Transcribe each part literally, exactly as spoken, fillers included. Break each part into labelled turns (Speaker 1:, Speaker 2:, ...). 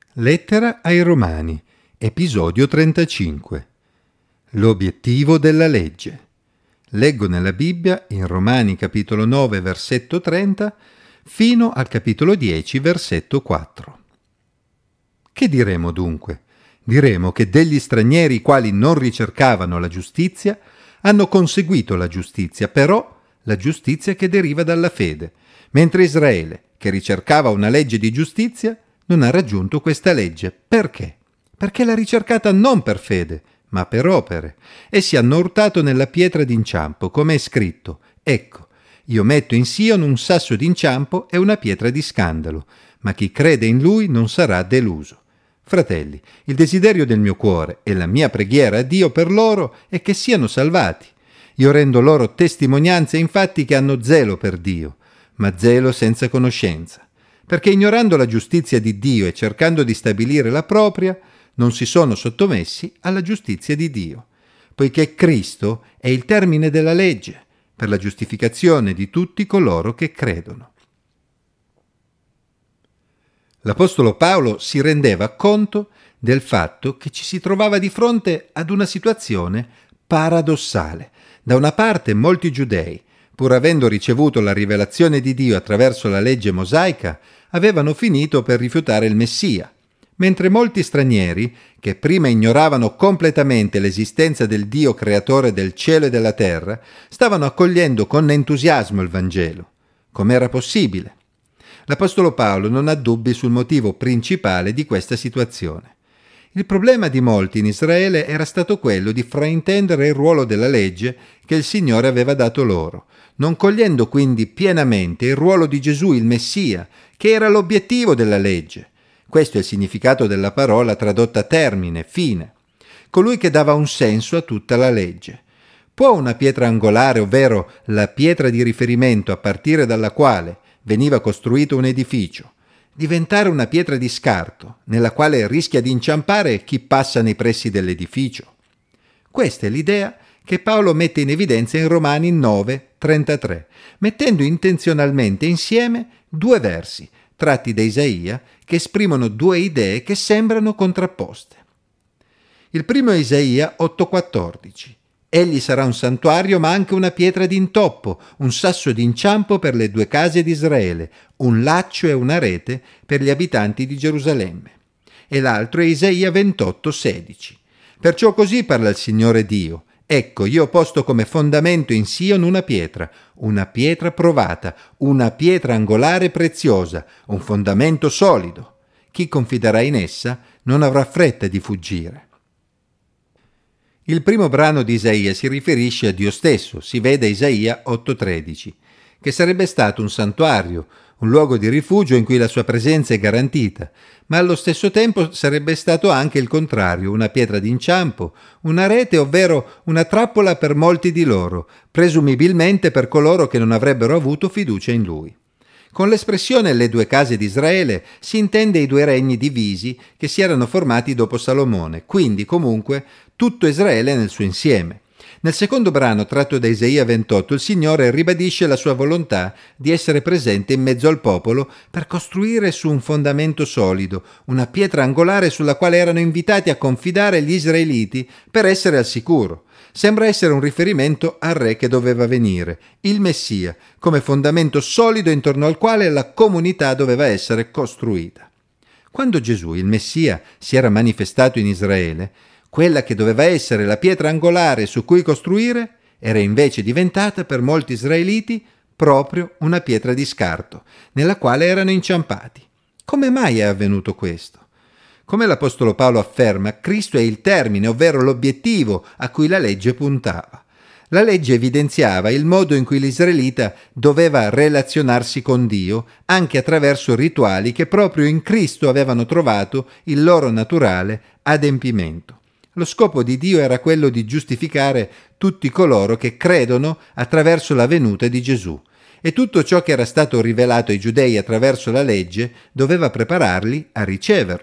Speaker 1: Lettera ai Romani, episodio trentacinque. L'obiettivo della legge. Leggo nella Bibbia in Romani capitolo nove versetto trenta fino al capitolo dieci versetto quattro. Che diremo dunque? Diremo che degli stranieri i quali non ricercavano la giustizia hanno conseguito la giustizia, però la giustizia che deriva dalla fede, mentre Israele, che ricercava una legge di giustizia, non ha raggiunto questa legge. Perché? Perché l'ha ricercata non per fede, ma per opere. Essi hanno urtato nella pietra d'inciampo, come è scritto: ecco, io metto in Sion un sasso d'inciampo e una pietra di scandalo, ma chi crede in lui non sarà deluso. Fratelli, il desiderio del mio cuore e la mia preghiera a Dio per loro è che siano salvati. Io rendo loro testimonianza infatti che hanno zelo per Dio, ma zelo senza conoscenza. Perché ignorando la giustizia di Dio e cercando di stabilire la propria, non si sono sottomessi alla giustizia di Dio, poiché Cristo è il termine della legge, per la giustificazione di tutti coloro che credono. L'Apostolo Paolo si rendeva conto del fatto che ci si trovava di fronte ad una situazione paradossale. Da una parte molti giudei, pur avendo ricevuto la rivelazione di Dio attraverso la legge mosaica, avevano finito per rifiutare il Messia, mentre molti stranieri, che prima ignoravano completamente l'esistenza del Dio creatore del cielo e della terra, stavano accogliendo con entusiasmo il Vangelo. Com'era possibile? L'Apostolo Paolo non ha dubbi sul motivo principale di questa situazione. Il problema di molti in Israele era stato quello di fraintendere il ruolo della legge che il Signore aveva dato loro, non cogliendo quindi pienamente il ruolo di Gesù, il Messia, che era l'obiettivo della legge. Questo è il significato della parola tradotta termine, fine. Colui che dava un senso a tutta la legge. Può una pietra angolare, ovvero la pietra di riferimento a partire dalla quale veniva costruito un edificio, diventare una pietra di scarto, nella quale rischia di inciampare chi passa nei pressi dell'edificio? Questa è l'idea che Paolo mette in evidenza in Romani nove trentatré, mettendo intenzionalmente insieme due versi, tratti da Isaia, che esprimono due idee che sembrano contrapposte. Il primo è Isaia otto quattordici. Egli sarà un santuario ma anche una pietra d'intoppo, un sasso d'inciampo per le due case di Israele, un laccio e una rete per gli abitanti di Gerusalemme. E l'altro è Isaia ventotto sedici. Perciò così parla il Signore Dio: ecco, io ho posto come fondamento in Sion una pietra, una pietra provata, una pietra angolare preziosa, un fondamento solido. Chi confiderà in essa non avrà fretta di fuggire. Il primo brano di Isaia si riferisce a Dio stesso, si vede Isaia otto tredici, che sarebbe stato un santuario, un luogo di rifugio in cui la sua presenza è garantita, ma allo stesso tempo sarebbe stato anche il contrario, una pietra d'inciampo, una rete, ovvero una trappola per molti di loro, presumibilmente per coloro che non avrebbero avuto fiducia in lui. Con l'espressione le due case di Israele si intende i due regni divisi che si erano formati dopo Salomone, quindi comunque tutto Israele nel suo insieme. Nel secondo brano tratto da Isaia ventotto il Signore ribadisce la sua volontà di essere presente in mezzo al popolo per costruire su un fondamento solido, una pietra angolare sulla quale erano invitati a confidare gli israeliti per essere al sicuro. Sembra essere un riferimento al re che doveva venire, il Messia, come fondamento solido intorno al quale la comunità doveva essere costruita. Quando Gesù, il Messia, si era manifestato in Israele, quella che doveva essere la pietra angolare su cui costruire era invece diventata per molti israeliti proprio una pietra di scarto, nella quale erano inciampati. Come mai è avvenuto questo? Come l'Apostolo Paolo afferma, Cristo è il termine, ovvero l'obiettivo a cui la legge puntava. La legge evidenziava il modo in cui l'israelita doveva relazionarsi con Dio, anche attraverso rituali che proprio in Cristo avevano trovato il loro naturale adempimento. Lo scopo di Dio era quello di giustificare tutti coloro che credono attraverso la venuta di Gesù, e tutto ciò che era stato rivelato ai giudei attraverso la legge doveva prepararli a riceverlo.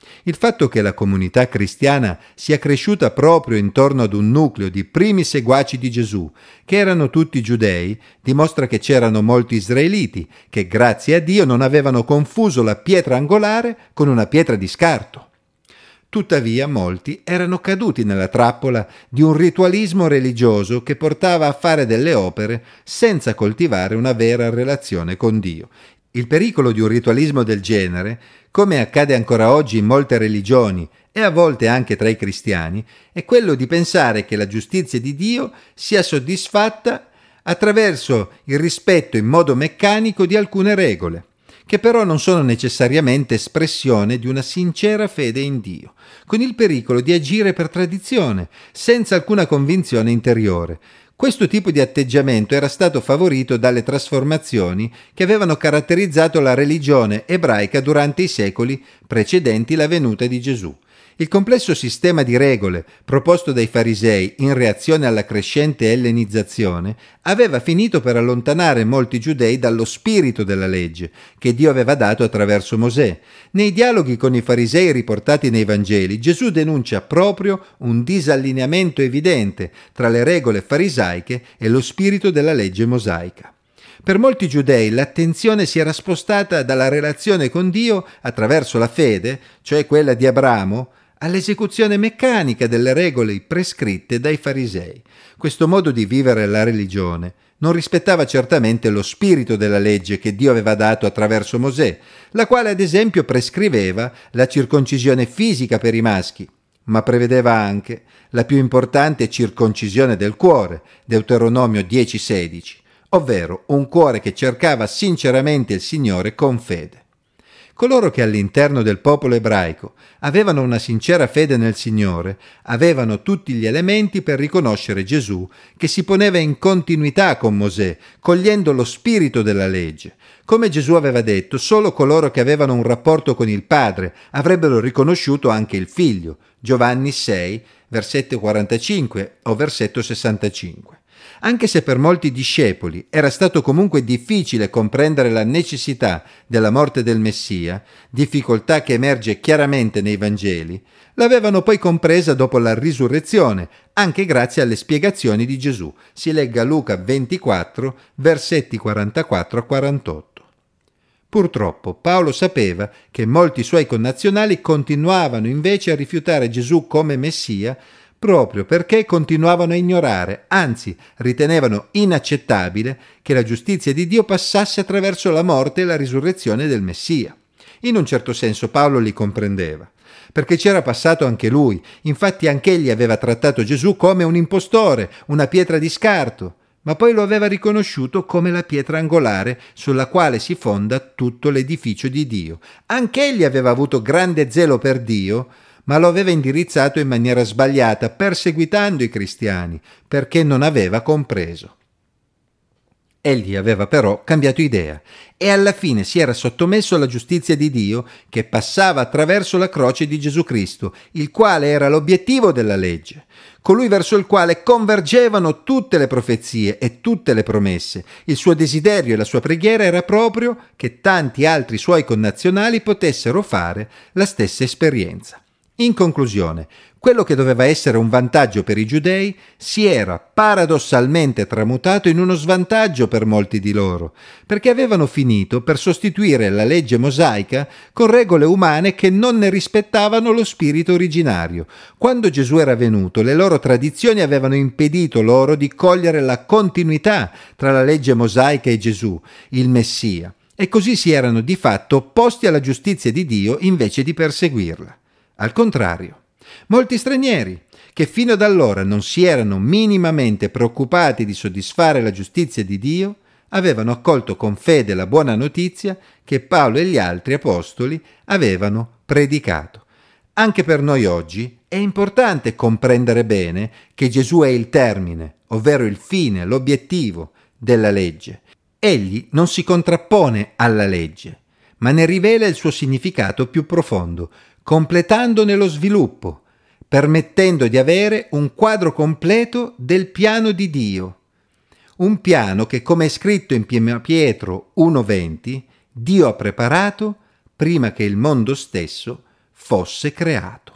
Speaker 1: Il fatto che la comunità cristiana sia cresciuta proprio intorno ad un nucleo di primi seguaci di Gesù, che erano tutti giudei, dimostra che c'erano molti israeliti che, grazie a Dio, non avevano confuso la pietra angolare con una pietra di scarto. Tuttavia, molti erano caduti nella trappola di un ritualismo religioso che portava a fare delle opere senza coltivare una vera relazione con Dio. Il pericolo di un ritualismo del genere, come accade ancora oggi in molte religioni e a volte anche tra i cristiani, è quello di pensare che la giustizia di Dio sia soddisfatta attraverso il rispetto in modo meccanico di alcune regole, che però non sono necessariamente espressione di una sincera fede in Dio, con il pericolo di agire per tradizione, senza alcuna convinzione interiore. Questo tipo di atteggiamento era stato favorito dalle trasformazioni che avevano caratterizzato la religione ebraica durante i secoli precedenti la venuta di Gesù. Il complesso sistema di regole proposto dai farisei in reazione alla crescente ellenizzazione aveva finito per allontanare molti giudei dallo spirito della legge che Dio aveva dato attraverso Mosè. Nei dialoghi con i farisei riportati nei Vangeli, Gesù denuncia proprio un disallineamento evidente tra le regole farisaiche e lo spirito della legge mosaica. Per molti giudei l'attenzione si era spostata dalla relazione con Dio attraverso la fede, cioè quella di Abramo, all'esecuzione meccanica delle regole prescritte dai farisei. Questo modo di vivere la religione non rispettava certamente lo spirito della legge che Dio aveva dato attraverso Mosè, la quale ad esempio prescriveva la circoncisione fisica per i maschi, ma prevedeva anche la più importante circoncisione del cuore, Deuteronomio dieci sedici, ovvero un cuore che cercava sinceramente il Signore con fede. Coloro che all'interno del popolo ebraico avevano una sincera fede nel Signore avevano tutti gli elementi per riconoscere Gesù che si poneva in continuità con Mosè, cogliendo lo spirito della legge. Come Gesù aveva detto, solo coloro che avevano un rapporto con il Padre avrebbero riconosciuto anche il Figlio. Giovanni sei, versetto quarantacinque o versetto sessantacinque. Anche se per molti discepoli era stato comunque difficile comprendere la necessità della morte del Messia, difficoltà che emerge chiaramente nei Vangeli, l'avevano poi compresa dopo la risurrezione, anche grazie alle spiegazioni di Gesù. Si legga Luca ventiquattro, versetti quarantaquattro a quarantotto. Purtroppo Paolo sapeva che molti suoi connazionali continuavano invece a rifiutare Gesù come Messia proprio perché continuavano a ignorare, anzi ritenevano inaccettabile che la giustizia di Dio passasse attraverso la morte e la risurrezione del Messia. In un certo senso Paolo li comprendeva, perché c'era passato anche lui, infatti anch'egli aveva trattato Gesù come un impostore, una pietra di scarto, ma poi lo aveva riconosciuto come la pietra angolare sulla quale si fonda tutto l'edificio di Dio. Anch'egli aveva avuto grande zelo per Dio, ma lo aveva indirizzato in maniera sbagliata, perseguitando i cristiani, perché non aveva compreso. Egli aveva però cambiato idea e alla fine si era sottomesso alla giustizia di Dio che passava attraverso la croce di Gesù Cristo, il quale era l'obiettivo della legge, colui verso il quale convergevano tutte le profezie e tutte le promesse. Il suo desiderio e la sua preghiera era proprio che tanti altri suoi connazionali potessero fare la stessa esperienza. In conclusione, quello che doveva essere un vantaggio per i giudei si era paradossalmente tramutato in uno svantaggio per molti di loro, perché avevano finito per sostituire la legge mosaica con regole umane che non ne rispettavano lo spirito originario. Quando Gesù era venuto, le loro tradizioni avevano impedito loro di cogliere la continuità tra la legge mosaica e Gesù, il Messia, e così si erano di fatto opposti alla giustizia di Dio invece di perseguirla. Al contrario, molti stranieri, che fino ad allora non si erano minimamente preoccupati di soddisfare la giustizia di Dio, avevano accolto con fede la buona notizia che Paolo e gli altri apostoli avevano predicato. Anche per noi oggi è importante comprendere bene che Gesù è il termine, ovvero il fine, l'obiettivo della legge. Egli non si contrappone alla legge, ma ne rivela il suo significato più profondo, completandone lo sviluppo, permettendo di avere un quadro completo del piano di Dio. Un piano che, come è scritto in Prima Pietro uno venti, Dio ha preparato prima che il mondo stesso fosse creato.